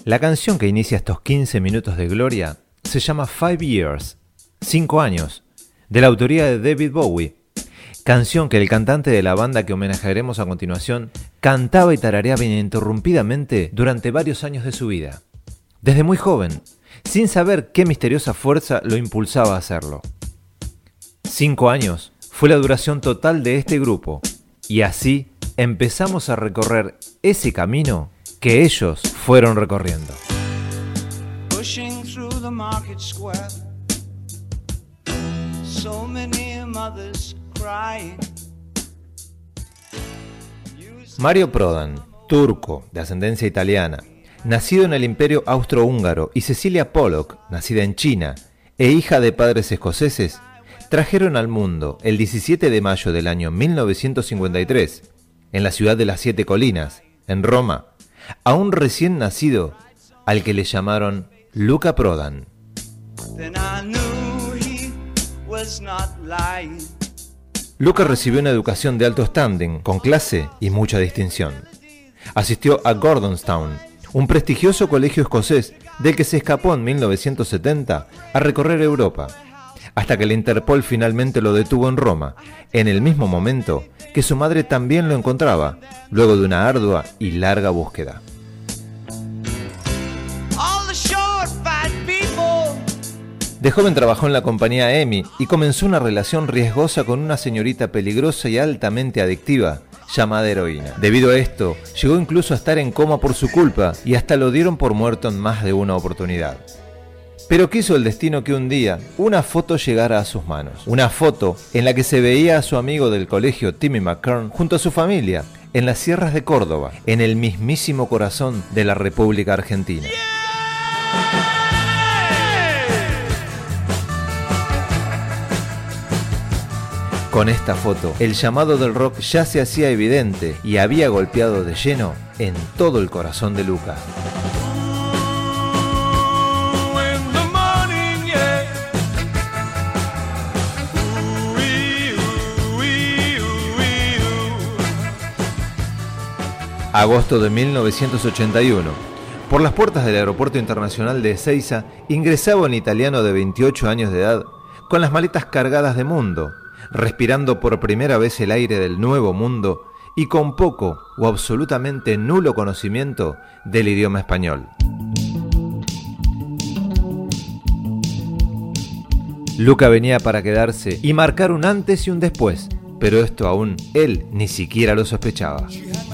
La canción que inicia estos 15 minutos de gloria se llama 5 Years, 5 años, de la autoría de David Bowie, canción que el cantante de la banda que homenajearemos a continuación cantaba y tarareaba ininterrumpidamente durante varios años de su vida, desde muy joven, sin saber qué misteriosa fuerza lo impulsaba a hacerlo. 5 años fue la duración total de este grupo, y así empezamos a recorrer ese camino que ellos fueron recorriendo. Pushing through the market square, so many mothers crying. Mario Prodan, turco de ascendencia italiana, nacido en el Imperio Austrohúngaro, y Cecilia Pollock, nacida en China e hija de padres escoceses, trajeron al mundo el 17 de mayo del año 1953, en la ciudad de las Siete Colinas, en Roma, a un recién nacido al que le llamaron Luca Prodan. Luca recibió una educación de alto standing, con clase y mucha distinción. Asistió a Gordonstown, un prestigioso colegio escocés del que se escapó en 1970 a recorrer Europa, hasta que la Interpol finalmente lo detuvo en Roma, en el mismo momento que su madre también lo encontraba, luego de una ardua y larga búsqueda. De joven trabajó en la compañía EMI y comenzó una relación riesgosa con una señorita peligrosa y altamente adictiva llamada heroína. Debido a esto, llegó incluso a estar en coma por su culpa y hasta lo dieron por muerto en más de una oportunidad. Pero quiso el destino que un día una foto llegara a sus manos. Una foto en la que se veía a su amigo del colegio Timmy McKern junto a su familia en las sierras de Córdoba, en el mismísimo corazón de la República Argentina. Con esta foto, el llamado del rock ya se hacía evidente y había golpeado de lleno en todo el corazón de Luca. Agosto de 1981. Por las puertas del Aeropuerto Internacional de Ezeiza ingresaba un italiano de 28 años de edad, con las maletas cargadas de mundo, respirando por primera vez el aire del nuevo mundo y con poco o absolutamente nulo conocimiento del idioma español. Luca venía para quedarse y marcar un antes y un después, pero esto aún él ni siquiera lo sospechaba.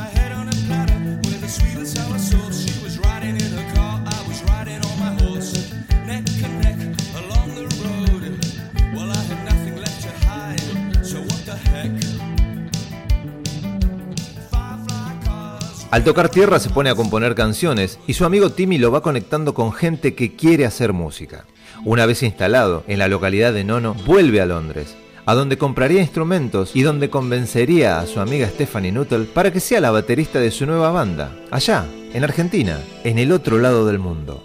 Al tocar tierra se pone a componer canciones y su amigo Timmy lo va conectando con gente que quiere hacer música. Una vez instalado en la localidad de Nono, vuelve a Londres, a donde compraría instrumentos y donde convencería a su amiga Stephanie Nuttall para que sea la baterista de su nueva banda, allá, en Argentina, en el otro lado del mundo.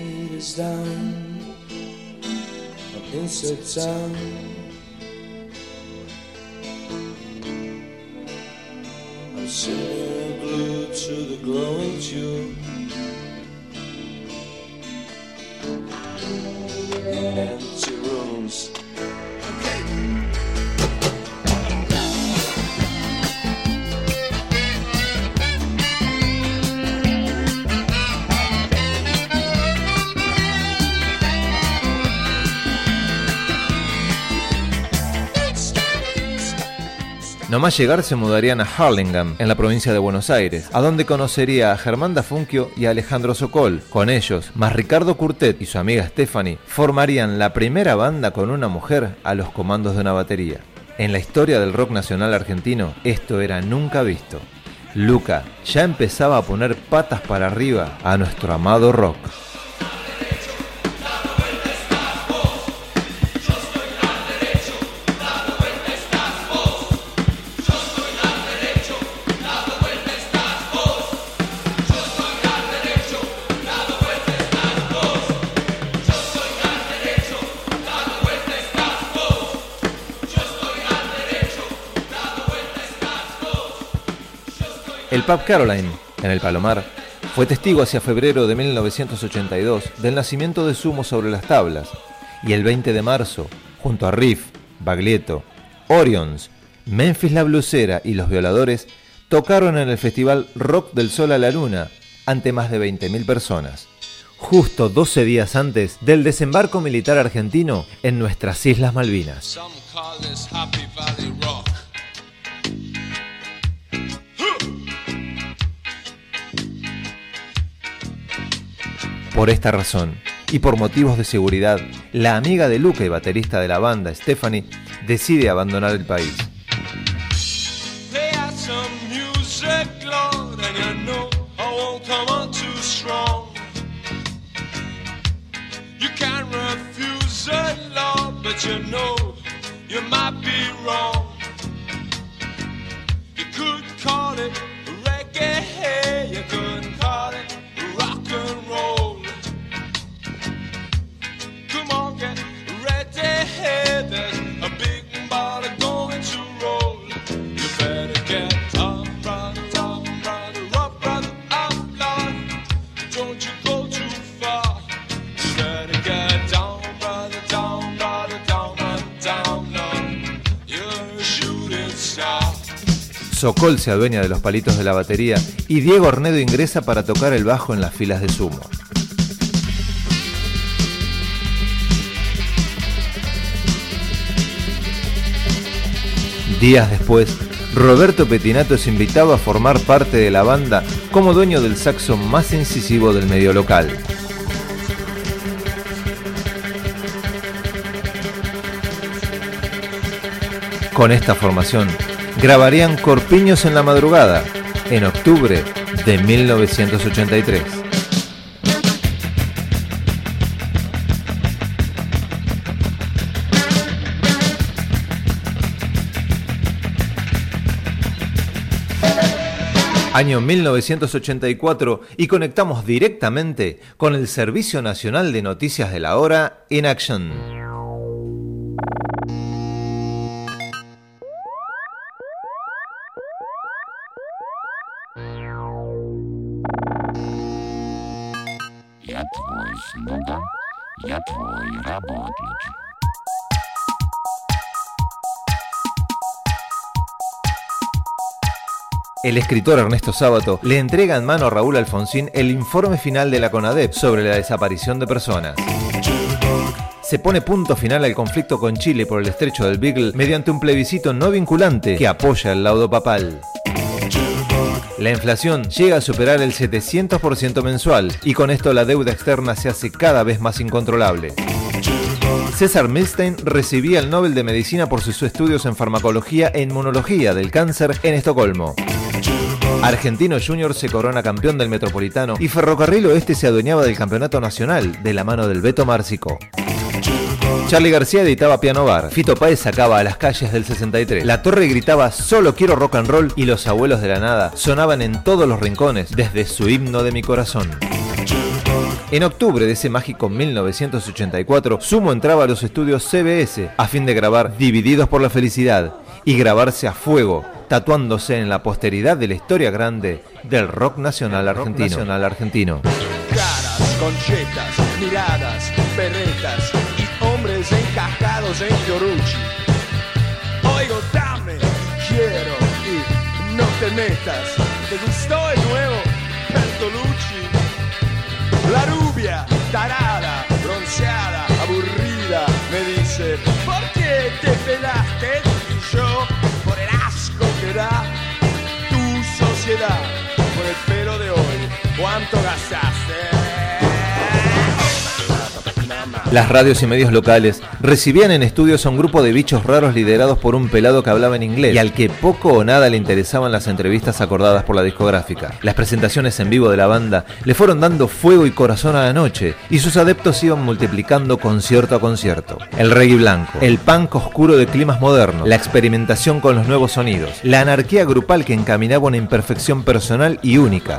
To the glowing tube, empty rooms. Nomás llegar se mudarían a Hurlingham, en la provincia de Buenos Aires, a donde conocería a Germán Dafunquio y a Alejandro Sokol. Con ellos, más Ricardo Curtet y su amiga Stephanie, formarían la primera banda con una mujer a los comandos de una batería. En la historia del rock nacional argentino, esto era nunca visto. Luca ya empezaba a poner patas para arriba a nuestro amado rock. El Pub Caroline, en el Palomar, Fue testigo hacia febrero de 1982 del nacimiento de Sumo sobre las tablas, y el 20 de marzo, junto a Riff, Baglietto, Orions, Memphis la Blusera y Los Violadores, tocaron en el festival Rock del Sol a la Luna ante más de 20.000 personas, justo 12 días antes del desembarco militar argentino en nuestras Islas Malvinas. Por esta razón, y por motivos de seguridad, la amiga de Luca y baterista de la banda, Stephanie, decide abandonar el país. Sokol se adueña de los palitos de la batería y Diego Ornedo ingresa para tocar el bajo en las filas de Sumo. Días después, Roberto Pettinato es invitado a formar parte de la banda como dueño del saxo más incisivo del medio local. Con esta formación, grabarían Corpiños en la Madrugada, en octubre de 1983. Año 1984 y conectamos directamente con el Servicio Nacional de Noticias de la Hora in Action. Я твой слуга, я твой работник. El escritor Ernesto Sábato le entrega en mano a Raúl Alfonsín el informe final de la CONADEP sobre la desaparición de personas. Se pone punto final al conflicto con Chile por el estrecho del Beagle mediante un plebiscito no vinculante que apoya el laudo papal. La inflación llega a superar el 700% mensual y con esto la deuda externa se hace cada vez más incontrolable. César Milstein recibía el Nobel de Medicina por sus estudios en farmacología e inmunología del cáncer en Estocolmo. Argentino Junior se corona campeón del Metropolitano y Ferrocarril Oeste se adueñaba del campeonato nacional de la mano del Beto Márcico. Charly García editaba Piano Bar, Fito Páez sacaba A las calles del 63, La Torre gritaba Solo quiero rock and roll y Los Abuelos de la Nada sonaban en todos los rincones desde su Himno de mi corazón. En octubre de ese mágico 1984, Sumo entraba a los estudios CBS a fin de grabar Divididos por la Felicidad y grabarse a fuego, tatuándose en la posteridad de la historia grande del rock nacional argentino. Caras, conchetas, miradas, berretas y hombres encajados en Fiorucci. Oigo, dame, quiero y no te metas. ¿Te gustó el nuevo Bertolucci? La rubia, tarada, bronceada, aburrida, me dice, ¿por qué te pelaste? Y yo, por el asco que da tu sociedad, por el pelo de hoy, ¿cuánto gastaste? Las radios y medios locales recibían en estudios a un grupo de bichos raros liderados por un pelado que hablaba en inglés y al que poco o nada le interesaban las entrevistas acordadas por la discográfica. Las presentaciones en vivo de la banda le fueron dando fuego y corazón a la noche y sus adeptos iban multiplicando concierto a concierto. El reggae blanco, el punk oscuro de climas modernos, la experimentación con los nuevos sonidos, la anarquía grupal que encaminaba una imperfección personal y única.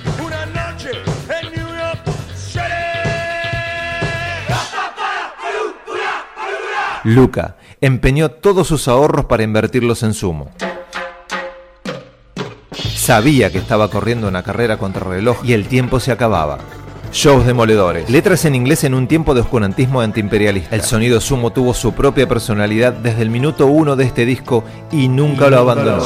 Luca empeñó todos sus ahorros para invertirlos en Sumo. Sabía que estaba corriendo una carrera contra reloj y el tiempo se acababa. Shows demoledores, letras en inglés en un tiempo de oscurantismo antiimperialista. El sonido Sumo tuvo su propia personalidad desde el minuto 1 de este disco y nunca lo abandonó.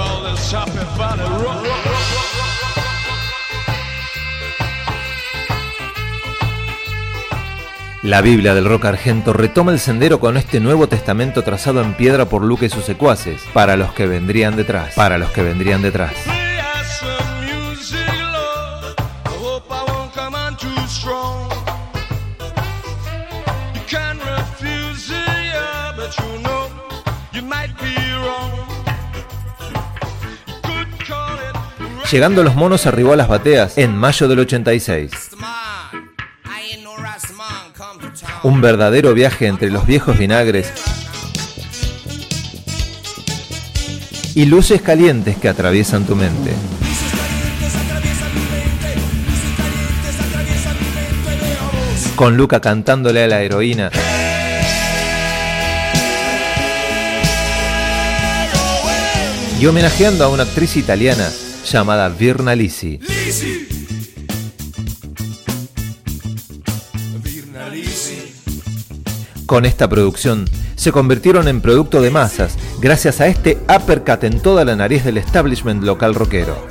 La Biblia del rock argento retoma el sendero con este Nuevo Testamento trazado en piedra por Luca y sus secuaces, para los que vendrían detrás. Llegando Los Monos arribó a las bateas en mayo del 86. Un verdadero viaje entre los viejos vinagres y luces calientes que atraviesan tu mente. Con Luca cantándole a la heroína y homenajeando a una actriz italiana llamada Virna Lisi. Con esta producción se convirtieron en producto de masas gracias a este uppercut en toda la nariz del establishment local rockero.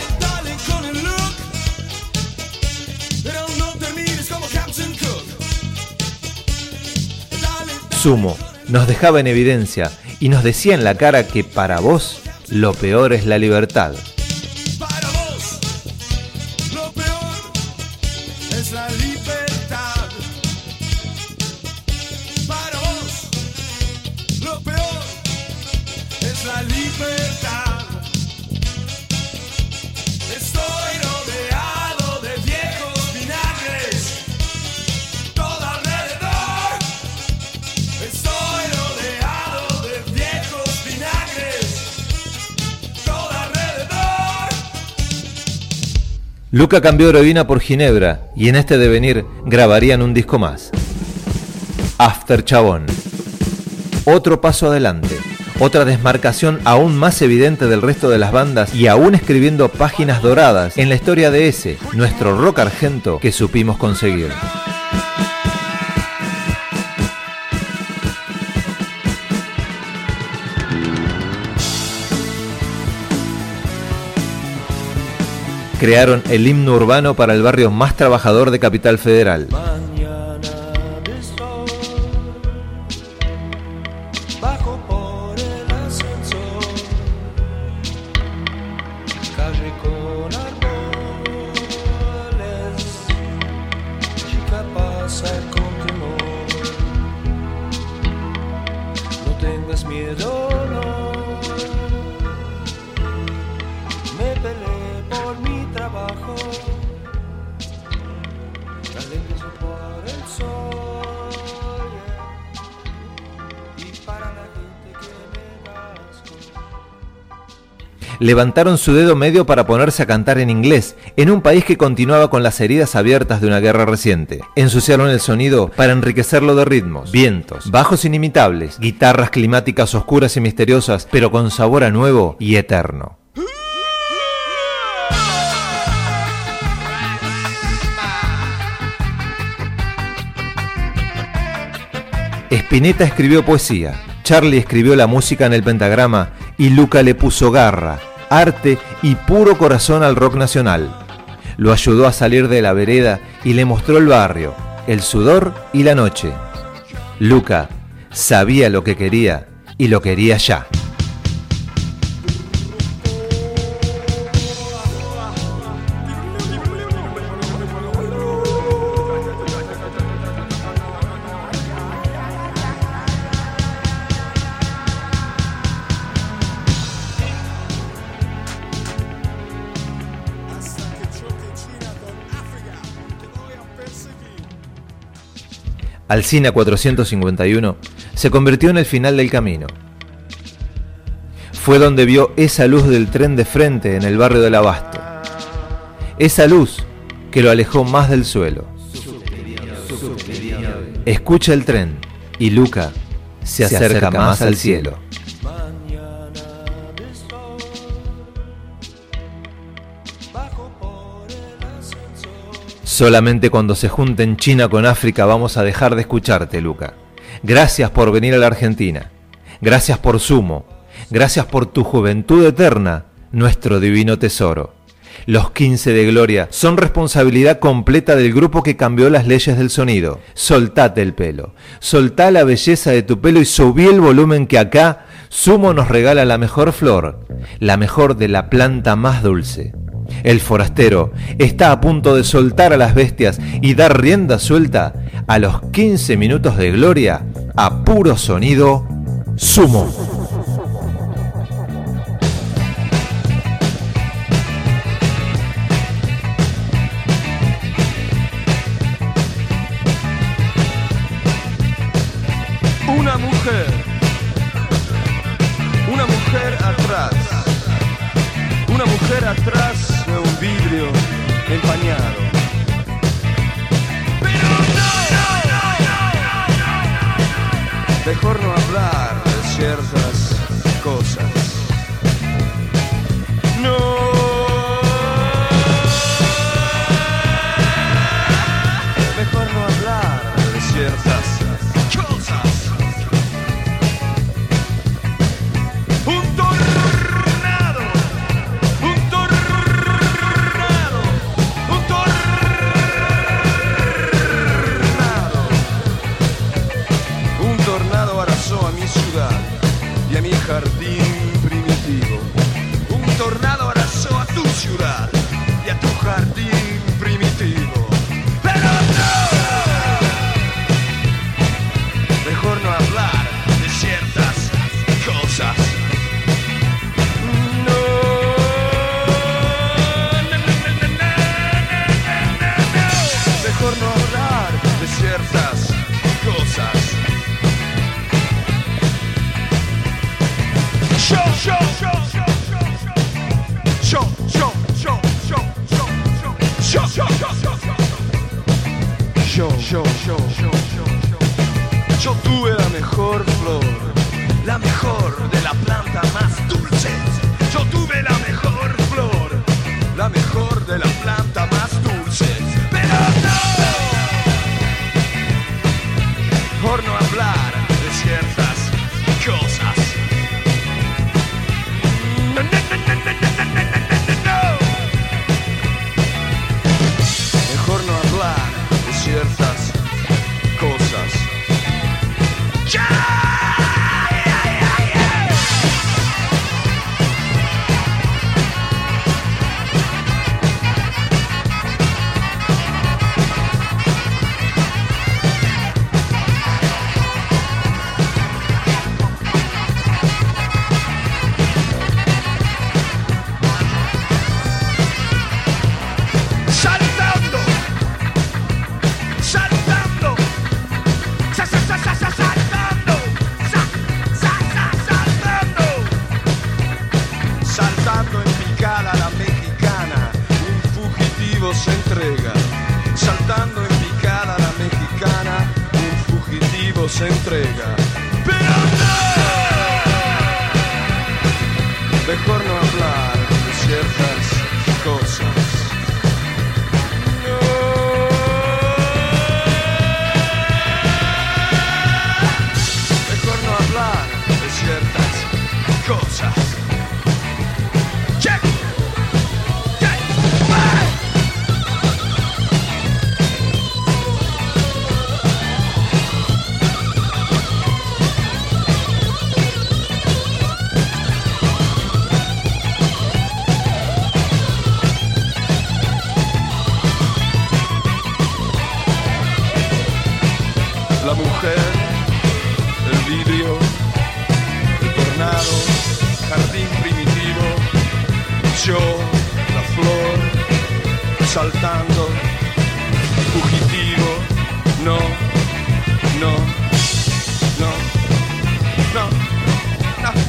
Sumo nos dejaba en evidencia y nos decía en la cara que para vos lo peor es la libertad. Para vos, lo peor es la libertad. Para vos, lo peor es la libertad. Estoy rodeado de viejos vinagres, todo alrededor. Estoy rodeado de viejos vinagres, todo alrededor. Luca cambió heroína por ginebra y en este devenir grabarían un disco más. After Chabón. Otro paso adelante, otra desmarcación aún más evidente del resto de las bandas y aún escribiendo páginas doradas en la historia de ese, nuestro rock argento que supimos conseguir. Crearon el himno urbano para el barrio más trabajador de Capital Federal. Mañana de sol, bajo por el ascensor, calle con árboles, chica pasa con temor, no tengas miedo, no, me peleé por mi trabajo. Por el sol, y para la gente que me nazco. Levantaron su dedo medio para ponerse a cantar en inglés, en un país que continuaba con las heridas abiertas de una guerra reciente. Ensuciaron el sonido para enriquecerlo de ritmos, vientos, bajos inimitables, guitarras climáticas oscuras y misteriosas, pero con sabor a nuevo y eterno. Spinetta escribió poesía, Charlie escribió la música en el pentagrama y Luca le puso garra, arte y puro corazón al rock nacional. Lo ayudó a salir de la vereda y le mostró el barrio, el sudor y la noche. Luca sabía lo que quería y lo quería ya. Alsina 451 se convirtió en el final del camino. Fue donde vio esa luz del tren de frente en el barrio del Abasto. Esa luz que lo alejó más del suelo. Escucha el tren y Luca se acerca más al cielo. Mañana de sol, Solamente cuando se junten China con África vamos a dejar de escucharte, Luca. Gracias por venir a la Argentina. Gracias por Sumo. Gracias por tu juventud eterna, nuestro divino tesoro. Los 15 de Gloria son responsabilidad completa del grupo que cambió las leyes del sonido. Soltate el pelo, soltá la belleza de tu pelo y subí el volumen que acá Sumo nos regala la mejor flor, la mejor de la planta más dulce. El forastero está a punto de soltar a las bestias y dar rienda suelta a los 15 minutos de Gloria a puro sonido Sumo. Una mujer atrás de un vidrio empañado. Pero no. Mejor no hablar de ciertas cosas. No. Mejor no hablar de ciertas cosas. Y a mi jardín primitivo. Un tornado arrasó a tu ciudad y a tu jardín primitivo. Pero no, mejor no hablar de ciertas cosas. No, mejor no hablar de ciertas cosas. Yo tuve la mejor flor, la mejor de la planta más dulce. Yo tuve la mejor flor, la mejor de la planta más dulce. Pero no, por no hablar de ciertas cosas. Mejor no hablar de ciertas cosas. Saltando en picada la mexicana, un fugitivo se entrega. Pero no, mejor no hablar de ciertas cosas. No, mejor no hablar de ciertas cosas. Check. La mujer, el vidrio, el tornado, jardín primitivo, yo, la flor, saltando, fugitivo, no, no, no, no, no.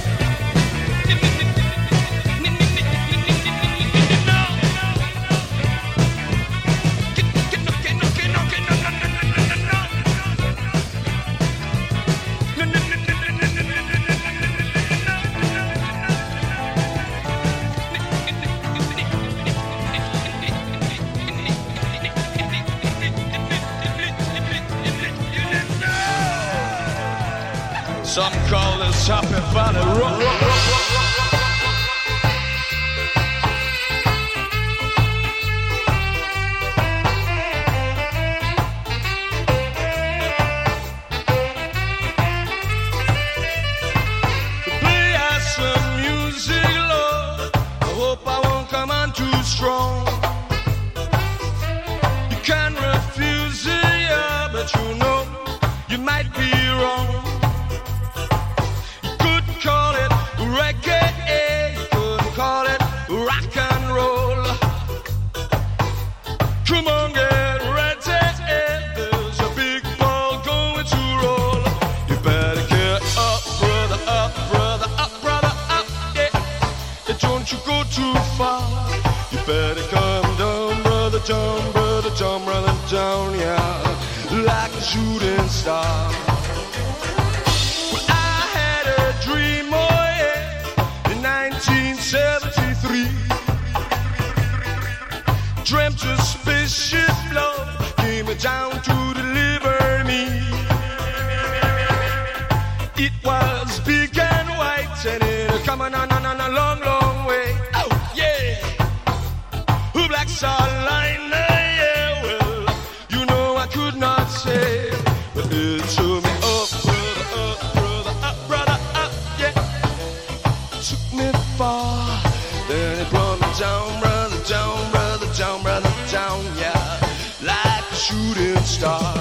Some call this Happy Valley Rock. Strong. You can't refuse it, yeah, but you know you might be wrong. You could call it reggae, you could call it rock and roll. Come on, get ready, there's a big ball going to roll. You better get up, brother, up, brother, up, brother, up, yeah. Don't you go too far. Better come down, brother, down, brother, down, brother, down, yeah, like a shooting star. Well, I had a dream, oh yeah, in 1973. Dreamt a spaceship, Lord, came down to deliver me. It was big and white, and it coming on a long, long way. Oh, yeah. Black Starliner, yeah, well, you know I could not say, but it took me up, brother, up, brother, up, yeah. Took me far, then it brought me down, brother, down, brother, down, brother, down, yeah, like a shooting star.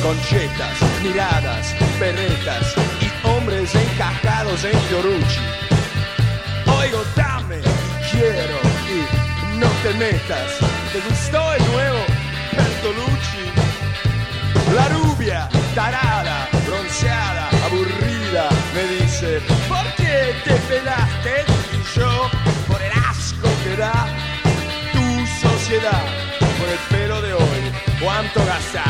conchetas, miradas, berretas y hombres encajados en Fiorucci. Oigo, dame, quiero y no te metas. ¿Te gustó el nuevo Bertolucci? La rubia, tarada, bronceada, aburrida, me dice: ¿por qué te pelaste? Y yo, por el asco que da tu sociedad. Por el pelo de hoy, ¿cuánto gastás?